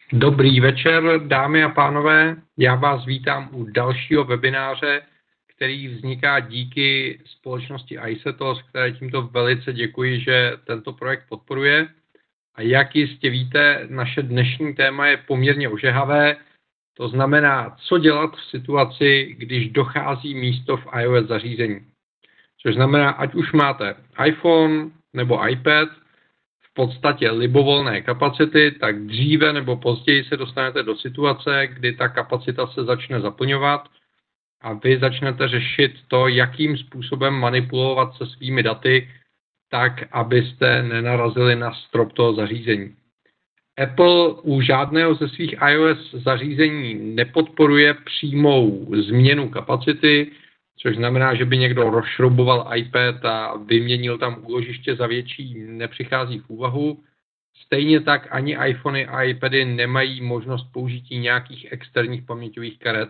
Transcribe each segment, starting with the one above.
Dobrý večer, dámy a pánové. Já vás vítám u dalšího webináře, který vzniká díky společnosti iSetos, které tímto velice děkuji, že tento projekt podporuje. A jak jistě víte, naše dnešní téma je poměrně ožehavé. To znamená, co dělat v situaci, když dochází místo v iOS zařízení. Což znamená, ať už máte iPhone nebo iPad, v podstatě libovolné kapacity, tak dříve nebo později se dostanete do situace, kdy ta kapacita se začne zaplňovat a vy začnete řešit to, jakým způsobem manipulovat se svými daty, tak, abyste nenarazili na strop toho zařízení. Apple u žádného ze svých iOS zařízení nepodporuje přímou změnu kapacity, což znamená, že by někdo rozšrouboval iPad a vyměnil tam úložiště za větší, nepřichází v úvahu. Stejně tak ani iPhony a iPady nemají možnost použití nějakých externích paměťových karet,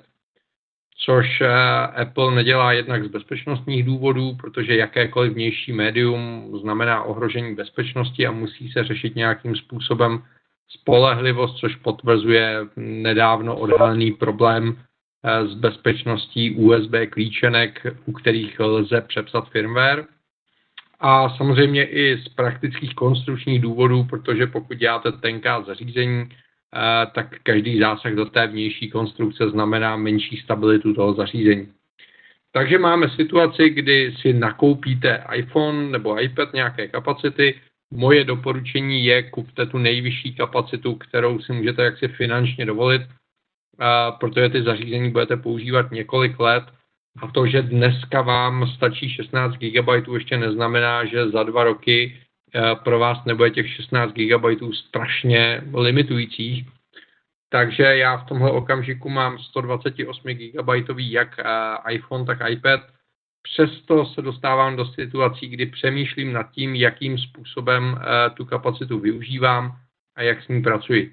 což Apple nedělá jednak z bezpečnostních důvodů, protože jakékoliv vnější médium znamená ohrožení bezpečnosti a musí se řešit nějakým způsobem spolehlivost, což potvrzuje nedávno odhalený problém s bezpečností USB klíčenek, u kterých lze přepsat firmware. A samozřejmě i z praktických konstrukčních důvodů, protože pokud děláte tenká zařízení, tak každý zásah do té vnější konstrukce znamená menší stabilitu toho zařízení. Takže máme situaci, kdy si nakoupíte iPhone nebo iPad nějaké kapacity. Moje doporučení je, kupte tu nejvyšší kapacitu, kterou si můžete jaksi finančně dovolit, protože ty zařízení budete používat několik let a to, že dneska vám stačí 16 GB, ještě neznamená, že za 2 roky pro vás nebude těch 16 GB strašně limitujících. Takže já v tomhle okamžiku mám 128 GB jak iPhone, tak iPad. Přesto se dostávám do situací, kdy přemýšlím nad tím, jakým způsobem tu kapacitu využívám a jak s ní pracuji.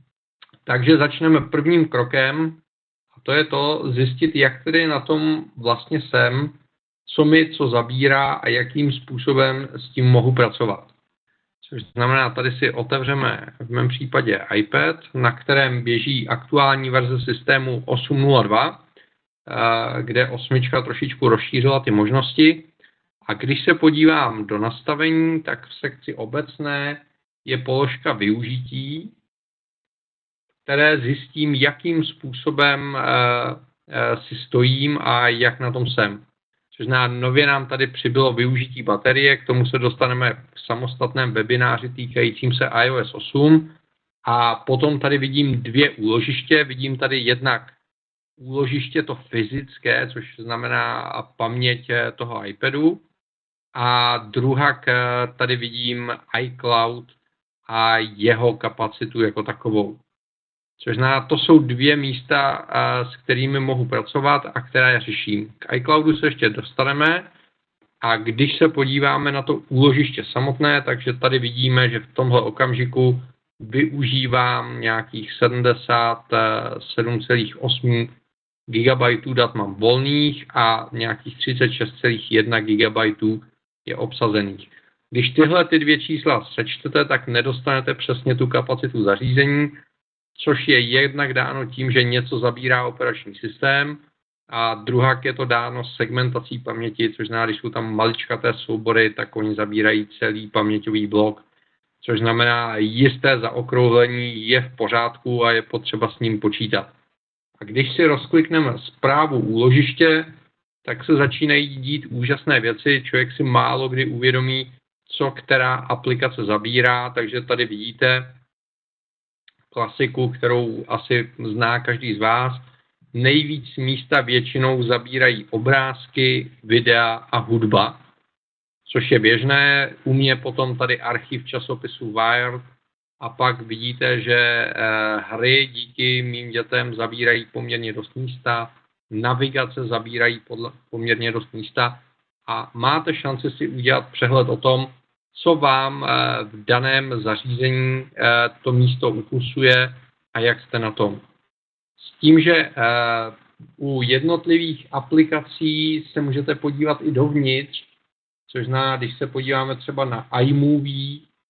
Takže začneme prvním krokem a to je to zjistit, jak tedy na tom vlastně jsem, co mi co zabírá a jakým způsobem s tím mohu pracovat. Což znamená, tady si otevřeme v mém případě iPad, na kterém běží aktuální verze systému 8.02, kde 8 trošičku rozšířila ty možnosti. A když se podívám do nastavení, tak v sekci obecné je položka využití, které zjistím, jakým způsobem si stojím a jak na tom jsem. Což znamená, nově nám tady přibylo využití baterie, k tomu se dostaneme v samostatném webináři týkajícím se iOS 8. A potom tady vidím 2 úložiště. Vidím tady jednak úložiště to fyzické, což znamená paměť toho iPadu. A druhak tady vidím iCloud a jeho kapacitu jako takovou. Což znamená, to jsou 2 místa, s kterými mohu pracovat a které řeším. K iCloudu se ještě dostaneme a když se podíváme na to úložiště samotné, takže tady vidíme, že v tomhle okamžiku využívám nějakých 77,8 GB dat mám volných a nějakých 36,1 GB je obsazených. Když tyhle ty 2 čísla sečtete, tak nedostanete přesně tu kapacitu zařízení, což je jednak dáno tím, že něco zabírá operační systém a druhak je to dáno segmentací paměti, což znamená, když jsou tam maličkaté soubory, tak oni zabírají celý paměťový blok, což znamená, jisté zaokrouhlení je v pořádku a je potřeba s ním počítat. A když si rozklikneme zprávu úložiště, tak se začínají dít úžasné věci, člověk si málo kdy uvědomí, co která aplikace zabírá, takže tady vidíte klasiku, kterou asi zná každý z vás. Nejvíc místa většinou zabírají obrázky, videa a hudba, což je běžné. U mě potom tady archiv časopisu Wired a pak vidíte, že hry díky mým dětem zabírají poměrně dost místa, navigace zabírají poměrně dost místa a máte šanci si udělat přehled o tom, co vám v daném zařízení to místo ukusuje a jak jste na tom. S tím, že u jednotlivých aplikací se můžete podívat i dovnitř, což znamená, když se podíváme třeba na iMovie,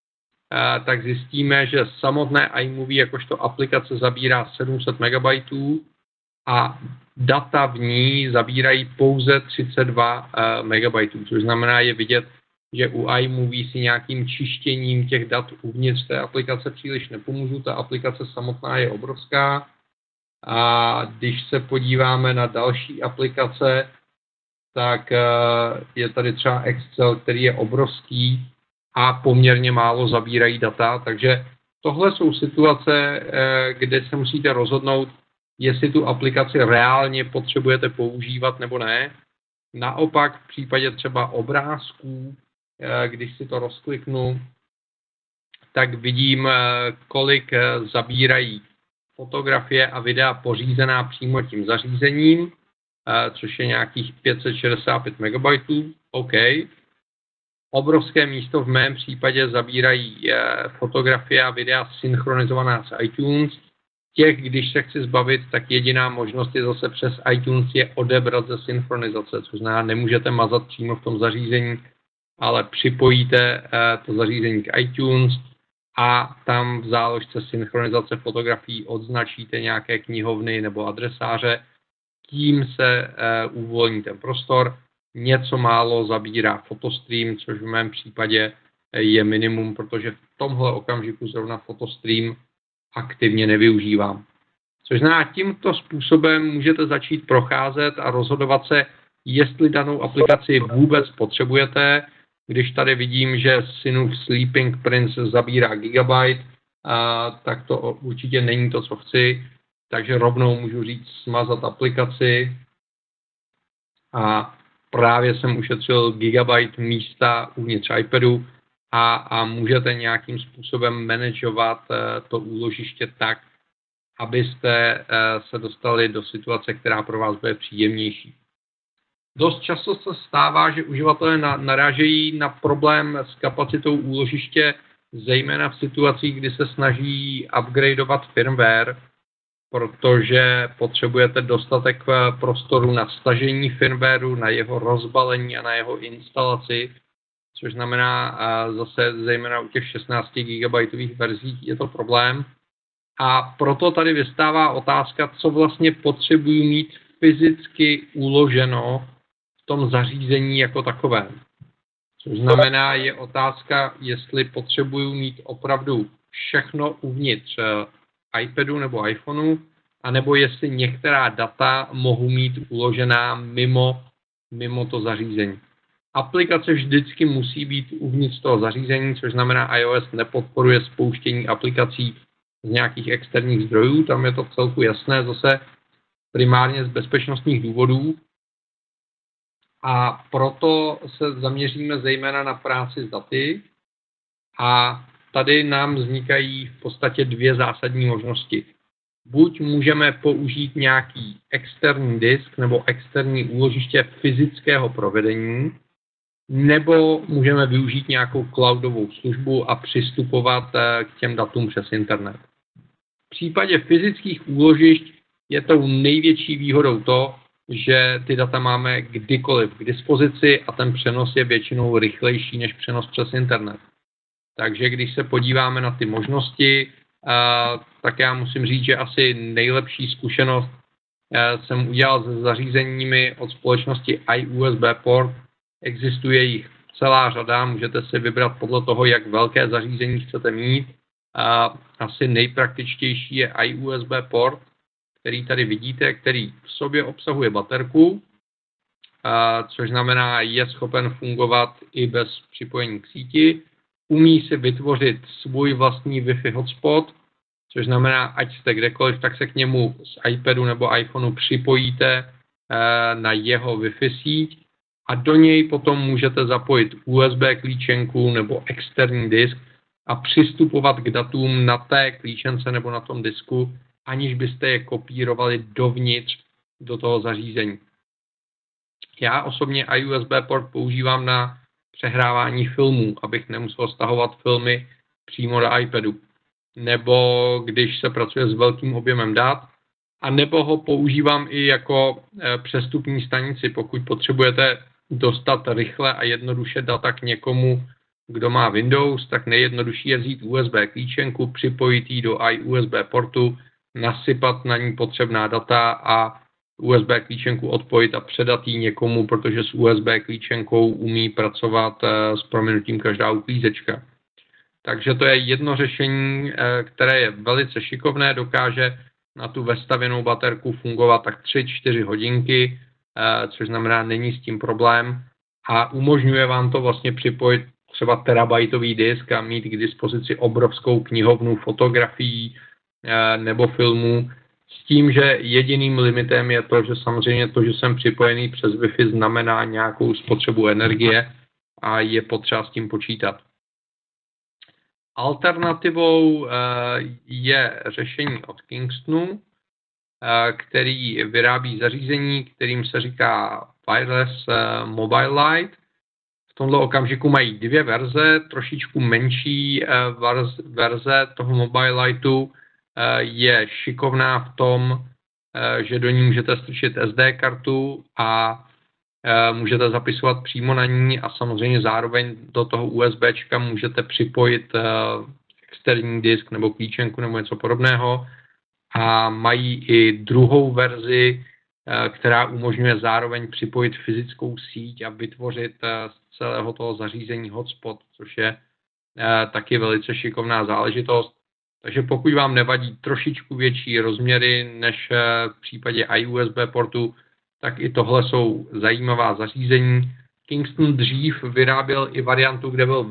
tak zjistíme, že samotné iMovie jakožto aplikace zabírá 700 MB a data v ní zabírají pouze 32 MB, což znamená, je vidět, že u iMovie si nějakým čištěním těch dat uvnitř té aplikace příliš nepomůžu. Ta aplikace samotná je obrovská. A když se podíváme na další aplikace, tak je tady třeba Excel, který je obrovský a poměrně málo zabírají data. Takže tohle jsou situace, kde se musíte rozhodnout, jestli tu aplikaci reálně potřebujete používat nebo ne. Naopak v případě třeba obrázků, když si to rozkliknu, tak vidím, kolik zabírají fotografie a videa pořízená přímo tím zařízením, což je nějakých 565 MB. OK. Obrovské místo v mém případě zabírají fotografie a videa synchronizovaná s iTunes. Těch, když se chci zbavit, tak jediná možnost je zase přes iTunes je odebrat ze synchronizace, což znamená, nemůžete mazat přímo v tom zařízení, ale připojíte to zařízení k iTunes a tam v záložce synchronizace fotografií odznačíte nějaké knihovny nebo adresáře. Tím se uvolní ten prostor. Něco málo zabírá Photostream, což v mém případě je minimum, protože v tomhle okamžiku zrovna Photostream aktivně nevyužívám. Což znamená, tímto způsobem můžete začít procházet a rozhodovat se, jestli danou aplikaci vůbec potřebujete. Když tady vidím, že Sinův Sleeping Prince zabírá gigabyte, tak to určitě není to, co chci. Takže rovnou můžu říct smazat aplikaci a právě jsem ušetřil gigabyte místa uvnitř iPadu a můžete nějakým způsobem manažovat to úložiště tak, abyste se dostali do situace, která pro vás bude příjemnější. Dost často se stává, že uživatelé narážejí na problém s kapacitou úložiště, zejména v situacích, kdy se snaží upgradeovat firmware, protože potřebujete dostatek prostoru na stažení firmwareu, na jeho rozbalení a na jeho instalaci, což znamená zase zejména u těch 16 GB verzí je to problém. A proto tady vystává otázka, co vlastně potřebuji mít fyzicky uloženo v tom zařízení jako takovém. Což znamená, je otázka, jestli potřebuji mít opravdu všechno uvnitř iPadu nebo iPhoneu, anebo jestli některá data mohu mít uložená mimo to zařízení. Aplikace vždycky musí být uvnitř toho zařízení, což znamená, iOS nepodporuje spouštění aplikací z nějakých externích zdrojů, tam je to v celku jasné, zase primárně z bezpečnostních důvodů. A proto se zaměříme zejména na práci s daty a tady nám vznikají v podstatě dvě zásadní možnosti. Buď můžeme použít nějaký externí disk nebo externí úložiště fyzického provedení, nebo můžeme využít nějakou cloudovou službu a přistupovat k těm datům přes internet. V případě fyzických úložišť je tou největší výhodou to, že ty data máme kdykoliv k dispozici a ten přenos je většinou rychlejší než přenos přes internet. Takže když se podíváme na ty možnosti, tak já musím říct, že asi nejlepší zkušenost jsem udělal se zařízeními od společnosti iUSB Port. Existuje jich celá řada, můžete si vybrat podle toho, jak velké zařízení chcete mít. Asi nejpraktičtější je iUSB Port, který tady vidíte, který v sobě obsahuje baterku, což znamená, je schopen fungovat i bez připojení k síti. Umí si vytvořit svůj vlastní Wi-Fi hotspot, což znamená, ať jste kdekoliv, tak se k němu z iPadu nebo iPhoneu připojíte na jeho Wi-Fi síť a do něj potom můžete zapojit USB klíčenku nebo externí disk a přistupovat k datům na té klíčence nebo na tom disku, aniž byste je kopírovali dovnitř do toho zařízení. Já osobně iUSB port používám na přehrávání filmů, abych nemusel stahovat filmy přímo do iPadu. Nebo když se pracuje s velkým objemem dat, a nebo ho používám i jako přestupní stanici, pokud potřebujete dostat rychle a jednoduše data k někomu, kdo má Windows, tak nejjednodušší je vzít USB klíčenku, připojit ji do iUSB portu, nasypat na ní potřebná data a USB klíčenku odpojit a předat ji někomu, protože s USB klíčenkou umí pracovat s prominutím každá uklízečka. Takže to je jedno řešení, které je velice šikovné, dokáže na tu vestavěnou baterku fungovat tak 3-4 hodinky, což znamená, není s tím problém a umožňuje vám to vlastně připojit třeba terabajtový disk a mít k dispozici obrovskou knihovnu fotografií nebo filmů, s tím, že jediným limitem je to, že samozřejmě to, že jsem připojený přes Wi-Fi, znamená nějakou spotřebu energie a je potřeba s tím počítat. Alternativou je řešení od Kingstonu, který vyrábí zařízení, kterým se říká Wireless Mobile Light. V tomto okamžiku mají dvě verze, trošičku menší verze toho Mobile Lightu je šikovná v tom, že do ní můžete strčit SD kartu a můžete zapisovat přímo na ní a samozřejmě zároveň do toho USBčka můžete připojit externí disk nebo klíčenku nebo něco podobného. A mají i druhou verzi, která umožňuje zároveň připojit fyzickou síť a vytvořit z celého toho zařízení hotspot, což je taky velice šikovná záležitost. Takže pokud vám nevadí trošičku větší rozměry než v případě iUSB portu, tak i tohle jsou zajímavá zařízení. Kingston dřív vyráběl i variantu, kde byl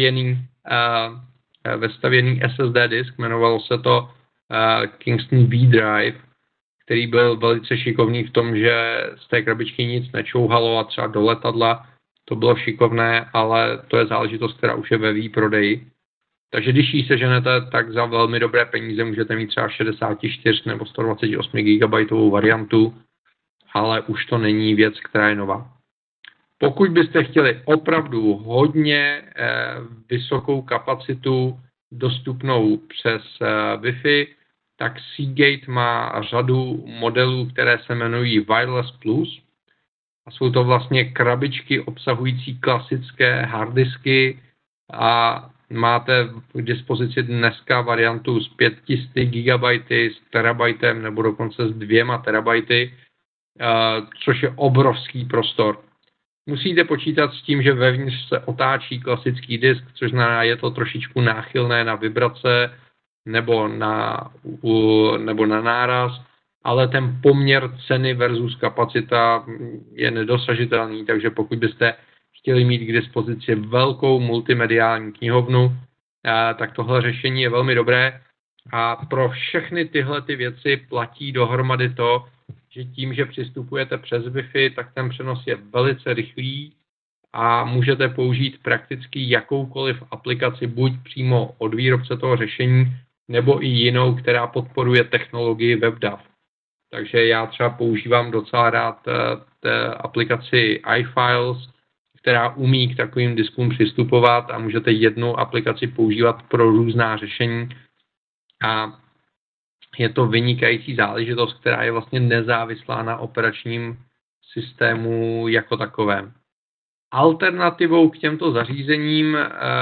vestavěný SSD disk, jmenovalo se to Kingston V-Drive, který byl velice šikovný v tom, že z té krabičky nic nečouhalo a třeba do letadla to bylo šikovné, ale to je záležitost, která už je ve výprodeji. Takže když ji seženete, tak za velmi dobré peníze můžete mít třeba 64 nebo 128 GB variantu, ale už to není věc, která je nová. Pokud byste chtěli opravdu hodně vysokou kapacitu dostupnou přes Wi-Fi, tak Seagate má řadu modelů, které se jmenují Wireless Plus. A jsou to vlastně krabičky obsahující klasické harddisky a máte k dispozici dneska variantu s 500 GB, s terabajtem nebo dokonce s 2 terabajty, což je obrovský prostor. Musíte počítat s tím, že vevnitř se otáčí klasický disk, což znamená, je to trošičku náchylné na vibrace nebo na náraz, ale ten poměr ceny versus kapacita je nedosažitelný, takže pokud byste chtěli mít k dispozici velkou multimediální knihovnu, tak tohle řešení je velmi dobré a pro všechny tyhle ty věci platí dohromady to, že tím, že přistupujete přes Wi-Fi, tak ten přenos je velice rychlý a můžete použít prakticky jakoukoliv aplikaci, buď přímo od výrobce toho řešení, nebo i jinou, která podporuje technologii WebDAV. Takže já třeba používám docela rád aplikaci iFiles, která umí k takovým diskům přistupovat a můžete jednu aplikaci používat pro různá řešení. A je to vynikající záležitost, která je vlastně nezávislá na operačním systému jako takovém. Alternativou k těmto zařízením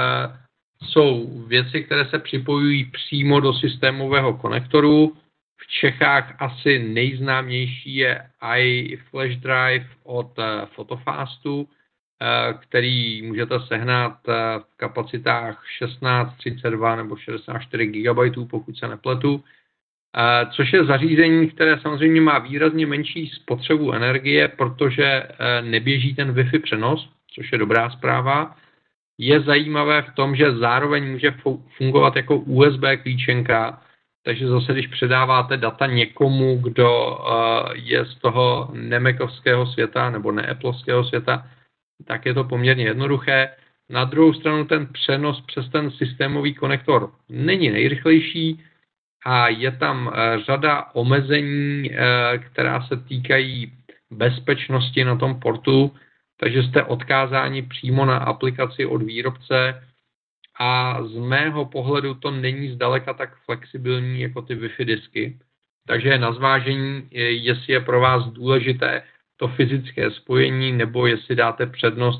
jsou věci, které se připojují přímo do systémového konektoru. V Čechách asi nejznámější je iFlash Drive od Photofastu, který můžete sehnat v kapacitách 16, 32 nebo 64 GB, pokud se nepletu. Což je zařízení, které samozřejmě má výrazně menší spotřebu energie, protože neběží ten Wi-Fi přenos, což je dobrá zpráva. Je zajímavé v tom, že zároveň může fungovat jako USB klíčenka, takže zase, když předáváte data někomu, kdo je z toho nemacovského světa nebo neapplovského světa, tak je to poměrně jednoduché. Na druhou stranu ten přenos přes ten systémový konektor není nejrychlejší a je tam řada omezení, která se týkají bezpečnosti na tom portu, takže jste odkázáni přímo na aplikaci od výrobce a z mého pohledu to není zdaleka tak flexibilní jako ty Wi-Fi disky. Takže je na zvážení, jestli je pro vás důležité to fyzické spojení nebo jestli dáte přednost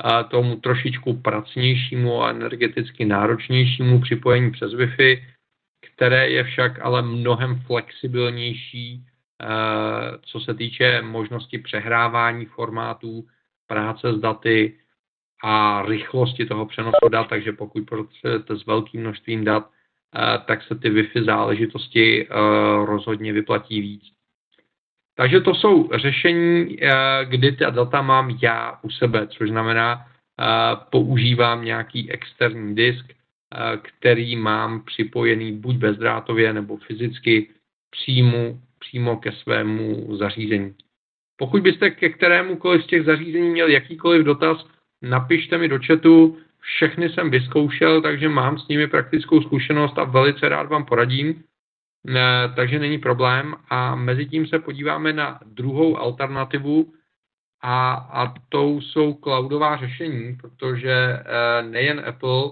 tomu trošičku pracnějšímu a energeticky náročnějšímu připojení přes Wi-Fi, které je však ale mnohem flexibilnější, co se týče možnosti přehrávání formátů, práce s daty a rychlosti toho přenosu dat, takže pokud pracujete s velkým množstvím dat, tak se ty Wi-Fi záležitosti rozhodně vyplatí víc. Takže to jsou řešení, kdy ta data mám já u sebe, což znamená, používám nějaký externí disk, který mám připojený buď bezdrátově nebo fyzicky přímo ke svému zařízení. Pokud byste ke kterémukoliv z těch zařízení měl jakýkoliv dotaz, napište mi do chatu, všechny jsem vyzkoušel, takže mám s nimi praktickou zkušenost a velice rád vám poradím, takže není problém. A mezi tím se podíváme na druhou alternativu a tou jsou cloudová řešení, protože nejen Apple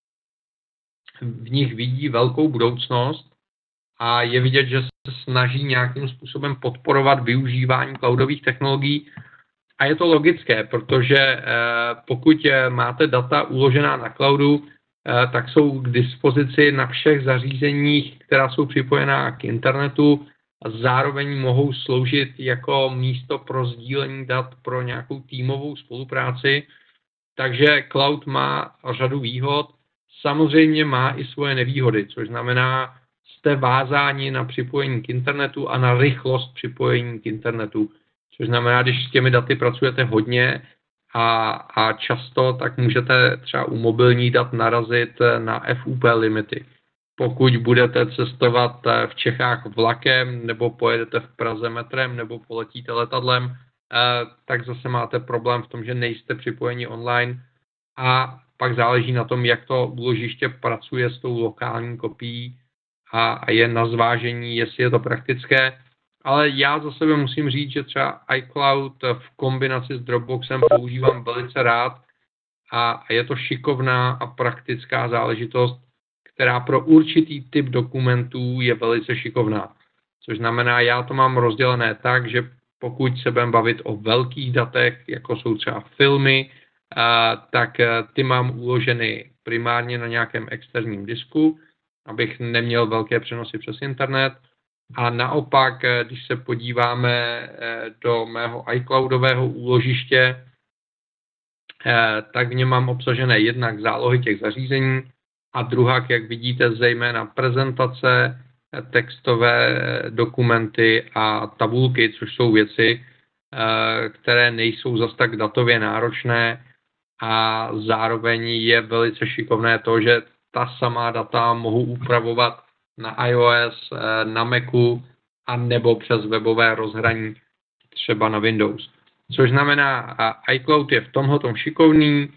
v nich vidí velkou budoucnost a je vidět, že se snaží nějakým způsobem podporovat využívání cloudových technologií. A je to logické, protože pokud máte data uložená na cloudu, tak jsou k dispozici na všech zařízeních, která jsou připojená k internetu a zároveň mohou sloužit jako místo pro sdílení dat pro nějakou týmovou spolupráci. Takže cloud má řadu výhod, samozřejmě má i svoje nevýhody, což znamená, jste vázáni na připojení k internetu a na rychlost připojení k internetu. Což znamená, když s těmi daty pracujete hodně a často, tak můžete třeba u mobilních dat narazit na FUP limity. Pokud budete cestovat v Čechách vlakem, nebo pojedete v Praze metrem, nebo poletíte letadlem, tak zase máte problém v tom, že nejste připojeni online a pak záleží na tom, jak to úložiště pracuje s tou lokální kopií a je na zvážení, jestli je to praktické. Ale já za sebe musím říct, že třeba iCloud v kombinaci s Dropboxem používám velice rád a je to šikovná a praktická záležitost, která pro určitý typ dokumentů je velice šikovná. Což znamená, já to mám rozdělené tak, že pokud se budeme bavit o velkých datech, jako jsou třeba filmy, tak ty mám uloženy primárně na nějakém externím disku, abych neměl velké přenosy přes internet. A naopak, když se podíváme do mého iCloudového úložiště, tak v něm mám obsažené jednak zálohy těch zařízení a druhak, jak vidíte, zejména prezentace, textové dokumenty a tabulky, což jsou věci, které nejsou zas tak datově náročné a zároveň je velice šikovné to, že ta samá data mohu upravovat na iOS, na Macu a nebo přes webové rozhraní třeba na Windows. Což znamená, iCloud je v tomhletom šikovný,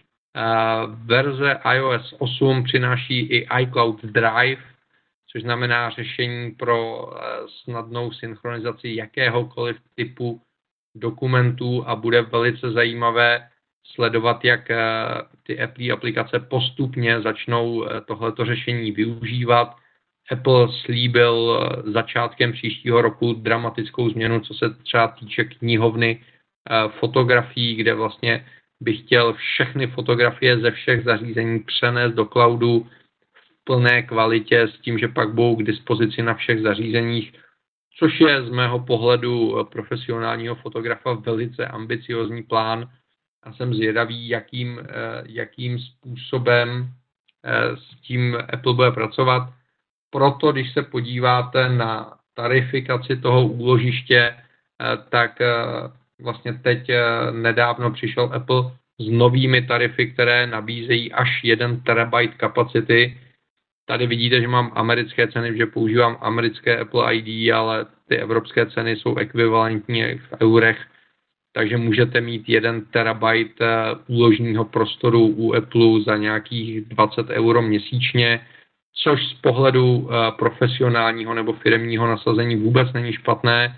verze iOS 8 přináší i iCloud Drive, což znamená řešení pro snadnou synchronizaci jakéhokoliv typu dokumentů a bude velice zajímavé sledovat, jak ty Apple aplikace postupně začnou tohleto řešení využívat. Apple slíbil začátkem příštího roku dramatickou změnu, co se třeba týče knihovny fotografií, kde vlastně bych chtěl všechny fotografie ze všech zařízení přenést do cloudu v plné kvalitě s tím, že pak budou k dispozici na všech zařízeních, což je z mého pohledu profesionálního fotografa velice ambiciozní plán a jsem zvědavý, jakým způsobem s tím Apple bude pracovat. Proto, když se podíváte na tarifikaci toho úložiště, tak vlastně teď nedávno přišel Apple s novými tarify, které nabízejí až 1 terabyte kapacity. Tady vidíte, že mám americké ceny, že používám americké Apple ID, ale ty evropské ceny jsou ekvivalentní v eurech, takže můžete mít 1 terabyte úložního prostoru u Apple za nějakých 20 € měsíčně, což z pohledu profesionálního nebo firemního nasazení vůbec není špatné.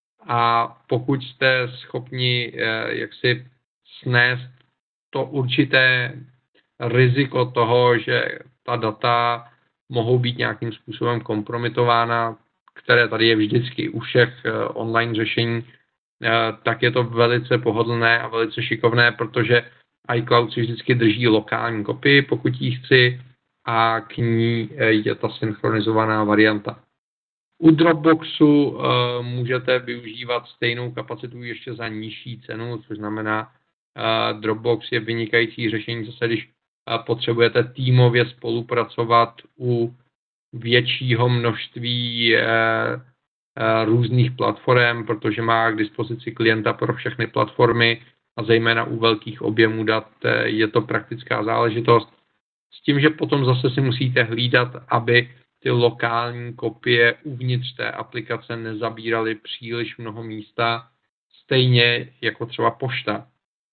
A pokud jste schopni jaksi snést to určité riziko toho, že ta data mohou být nějakým způsobem kompromitována, které tady je vždycky u všech online řešení, tak je to velice pohodlné a velice šikovné, protože iCloud si vždycky drží lokální kopii, pokud ji chci, a k ní je ta synchronizovaná varianta. U Dropboxu můžete využívat stejnou kapacitu ještě za nižší cenu, což znamená, Dropbox je vynikající řešení zase, když potřebujete týmově spolupracovat u většího množství různých platform, protože má k dispozici klienta pro všechny platformy a zejména u velkých objemů dat je to praktická záležitost. S tím, že potom zase si musíte hlídat, aby ty lokální kopie uvnitř té aplikace nezabíraly příliš mnoho místa, stejně jako třeba pošta.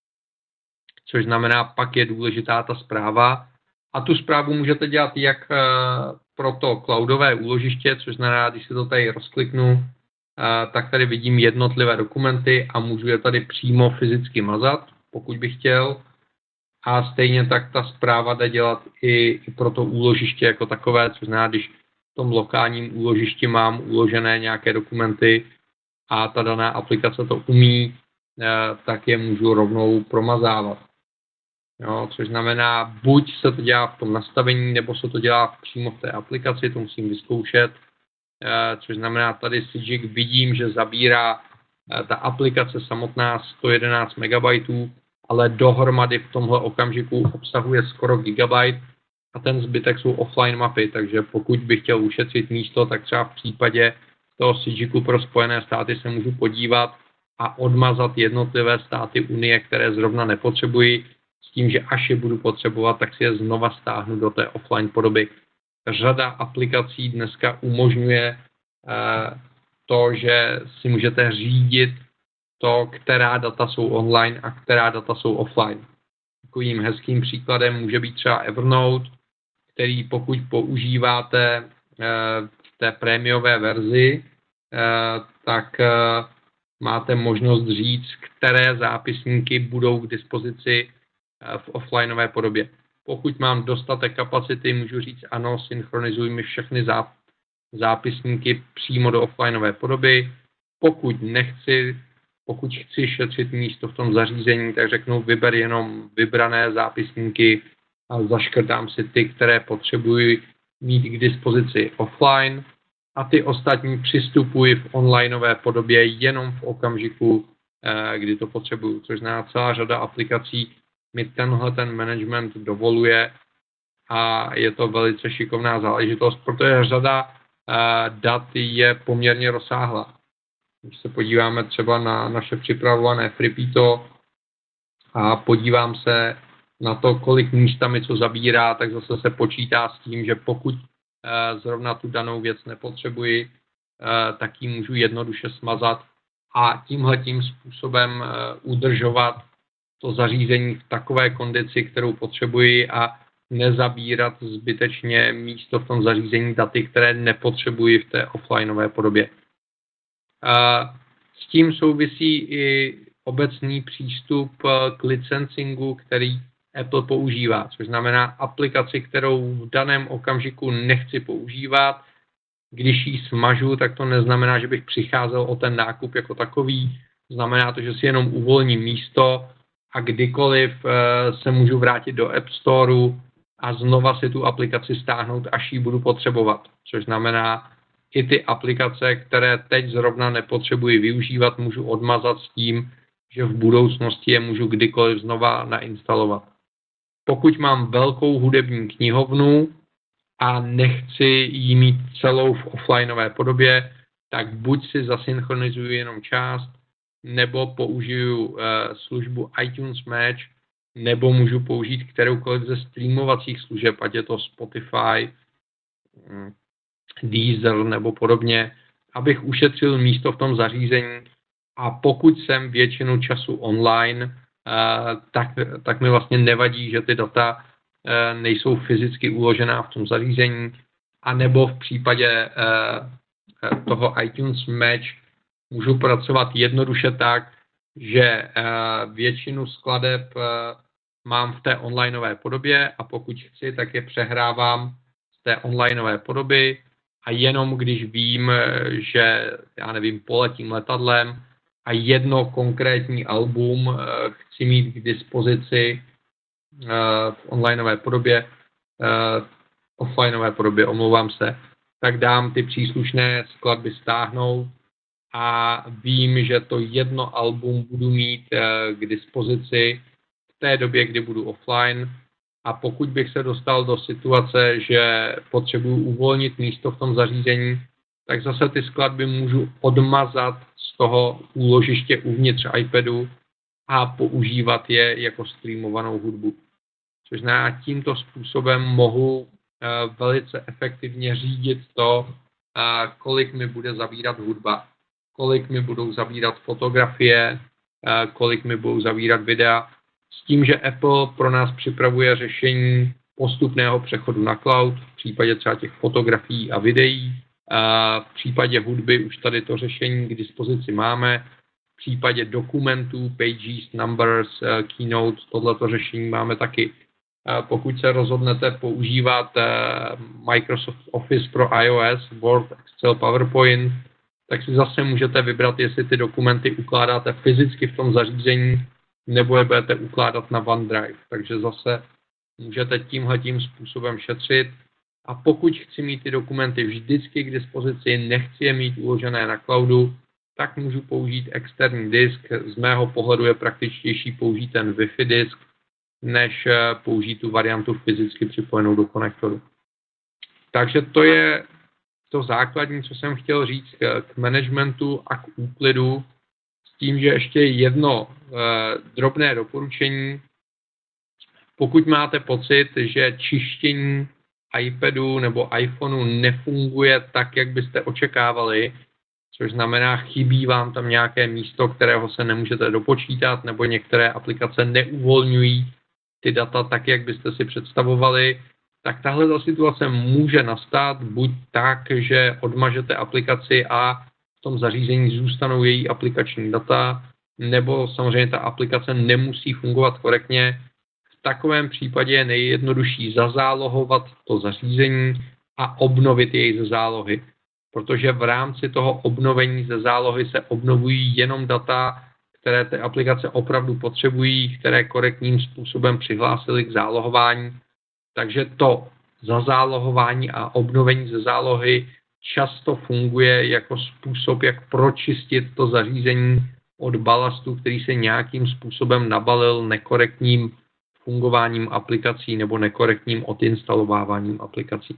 Což znamená, pak je důležitá ta správa. A tu správu můžete dělat jak pro to cloudové úložiště, což znamená, když si to tady rozkliknu, tak tady vidím jednotlivé dokumenty a můžu je tady přímo fyzicky mazat, pokud bych chtěl. A stejně tak ta správa jde dělat i pro to úložiště jako takové, což znamená, když v tom lokálním úložišti mám uložené nějaké dokumenty a ta daná aplikace to umí, tak je můžu rovnou promazávat. Jo, což znamená, buď se to dělá v tom nastavení, nebo se to dělá přímo v té aplikaci, to musím vyzkoušet. Což znamená, tady Sygic vidím, že zabírá ta aplikace samotná 111 MB, ale dohromady v tomhle okamžiku obsahuje skoro gigabyte a ten zbytek jsou offline mapy, takže pokud bych chtěl ušetřit místo, tak třeba v případě toho Sygicu pro Spojené státy se můžu podívat a odmazat jednotlivé státy Unie, které zrovna nepotřebuji, s tím, že až je budu potřebovat, tak si je znova stáhnu do té offline podoby. Řada aplikací dneska umožňuje to, že si můžete řídit to, která data jsou online a která data jsou offline. Takovým hezkým příkladem může být třeba Evernote, který pokud používáte v té prémiové verzi, tak máte možnost říct, které zápisníky budou k dispozici v offlineové podobě. Pokud mám dostatek kapacity, můžu říct ano, synchronizuj mi všechny zápisníky přímo do offlineové podoby. Pokud chci šetřit místo v tom zařízení, tak řeknu vyber jenom vybrané zápisníky a zaškrtám si ty, které potřebuji mít k dispozici offline a ty ostatní přistupuji v onlineové podobě jenom v okamžiku, kdy to potřebuju. Což znamená, celá řada aplikací mi ten management dovoluje a je to velice šikovná záležitost, protože řada dat je poměrně rozsáhlá. Když se podíváme třeba na naše připravované FreePito a podívám se na to, kolik místa mi co zabírá, tak zase se počítá s tím, že pokud zrovna tu danou věc nepotřebuji, tak ji můžu jednoduše smazat a tímhletím způsobem udržovat to zařízení v takové kondici, kterou potřebuji a nezabírat zbytečně místo v tom zařízení daty, které nepotřebuji v té offlineové podobě. S tím souvisí i obecný přístup k licencingu, který Apple používá, což znamená aplikaci, kterou v daném okamžiku nechci používat. Když ji smažu, tak to neznamená, že bych přicházel o ten nákup jako takový. Znamená to, že si jenom uvolním místo a kdykoliv se můžu vrátit do App Storeu a znova si tu aplikaci stáhnout, až ji budu potřebovat. Což znamená, i ty aplikace, které teď zrovna nepotřebuji využívat, můžu odmazat s tím, že v budoucnosti je můžu kdykoliv znova nainstalovat. Pokud mám velkou hudební knihovnu a nechci ji mít celou v offlineové podobě, tak buď si zasynchronizuji jenom část, nebo použiju službu iTunes Match, nebo můžu použít kteroukoliv ze streamovacích služeb, ať je to Spotify, Deezer nebo podobně, abych ušetřil místo v tom zařízení a pokud jsem většinu času online, tak mi vlastně nevadí, že ty data nejsou fyzicky uložená v tom zařízení, a nebo v případě toho iTunes Match můžu pracovat jednoduše tak, že většinu skladeb mám v té onlineové podobě a pokud chci, tak je přehrávám z té onlineové podoby a jenom když vím, že já nevím, poletím letadlem a jedno konkrétní album chci mít k dispozici v onlineové podobě, offlineové podobě, omlouvám se, tak dám ty příslušné skladby stáhnout a vím, že to jedno album budu mít k dispozici v té době, kdy budu offline. A pokud bych se dostal do situace, že potřebuji uvolnit místo v tom zařízení, tak zase ty skladby můžu odmazat z toho úložiště uvnitř iPadu a používat je jako streamovanou hudbu. Což znamená, tímto způsobem mohu velice efektivně řídit to, kolik mi bude zabírat hudba, kolik mi budou zabírat fotografie, kolik mi budou zabírat videa, s tím, že Apple pro nás připravuje řešení postupného přechodu na cloud, v případě třeba těch fotografií a videí, v případě hudby už tady to řešení k dispozici máme, v případě dokumentů, pages, numbers, keynote, tohleto řešení máme taky. Pokud se rozhodnete používat Microsoft Office pro iOS, Word, Excel, PowerPoint, tak si zase můžete vybrat, jestli ty dokumenty ukládáte fyzicky v tom zařízení, nebo je budete ukládat na OneDrive. Takže zase můžete tímhletím způsobem šetřit. A pokud chci mít ty dokumenty vždycky k dispozici, nechci je mít uložené na cloudu, tak můžu použít externí disk. Z mého pohledu je praktičtější použít ten Wi-Fi disk, než použít tu variantu fyzicky připojenou do konektoru. Takže to je to základní, co jsem chtěl říct k managementu a k úklidu, s tím, že ještě jedno drobné doporučení. Pokud máte pocit, že čištění iPadu nebo iPhoneu nefunguje tak, jak byste očekávali, což znamená, chybí vám tam nějaké místo, kterého se nemůžete dopočítat, nebo některé aplikace neuvolňují ty data tak, jak byste si představovali, tak tahle ta situace může nastat buď tak, že odmažete aplikaci a v tom zařízení zůstanou její aplikační data, nebo samozřejmě ta aplikace nemusí fungovat korektně. V takovém případě je nejjednodušší zazálohovat to zařízení a obnovit jej ze zálohy, protože v rámci toho obnovení ze zálohy se obnovují jenom data, které ty aplikace opravdu potřebují, které korektním způsobem přihlásily k zálohování. Takže to zazálohování a obnovení ze zálohy často funguje jako způsob, jak pročistit to zařízení od balastu, který se nějakým způsobem nabalil nekorektním fungováním aplikací nebo nekorektním odinstalováváním aplikací.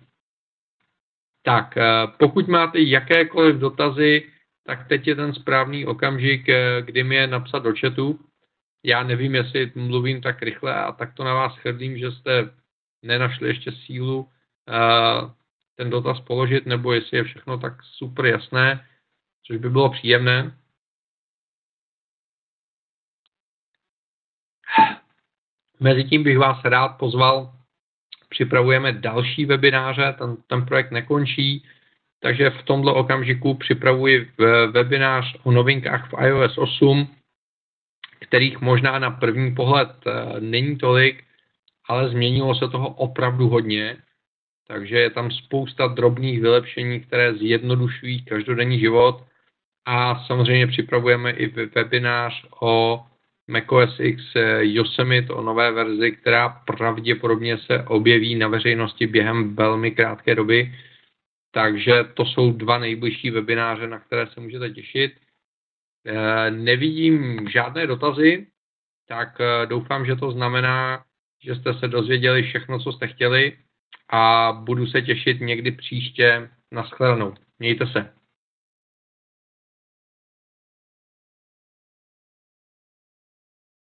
Tak, pokud máte jakékoliv dotazy, tak teď je ten správný okamžik, kdy mi je napsat do chatu. Já nevím, jestli mluvím tak rychle a tak to na vás chrdím, že jste nenašli ještě sílu ten dotaz položit, nebo jestli je všechno tak super jasné, což by bylo příjemné. Mezitím bych vás rád pozval, připravujeme další webináře, ten projekt nekončí, takže v tomto okamžiku připravuji webinář o novinkách v iOS 8, kterých možná na první pohled není tolik, ale změnilo se toho opravdu hodně, takže je tam spousta drobných vylepšení, které zjednodušují každodenní život a samozřejmě připravujeme i webinář o macOS X Yosemite, o nové verzi, která pravděpodobně se objeví na veřejnosti během velmi krátké doby, takže to jsou dva nejbližší webináře, na které se můžete těšit. Nevidím žádné dotazy, tak doufám, že to znamená, že jste se dozvěděli všechno, co jste chtěli a budu se těšit někdy příště. Nashledanou. Mějte se.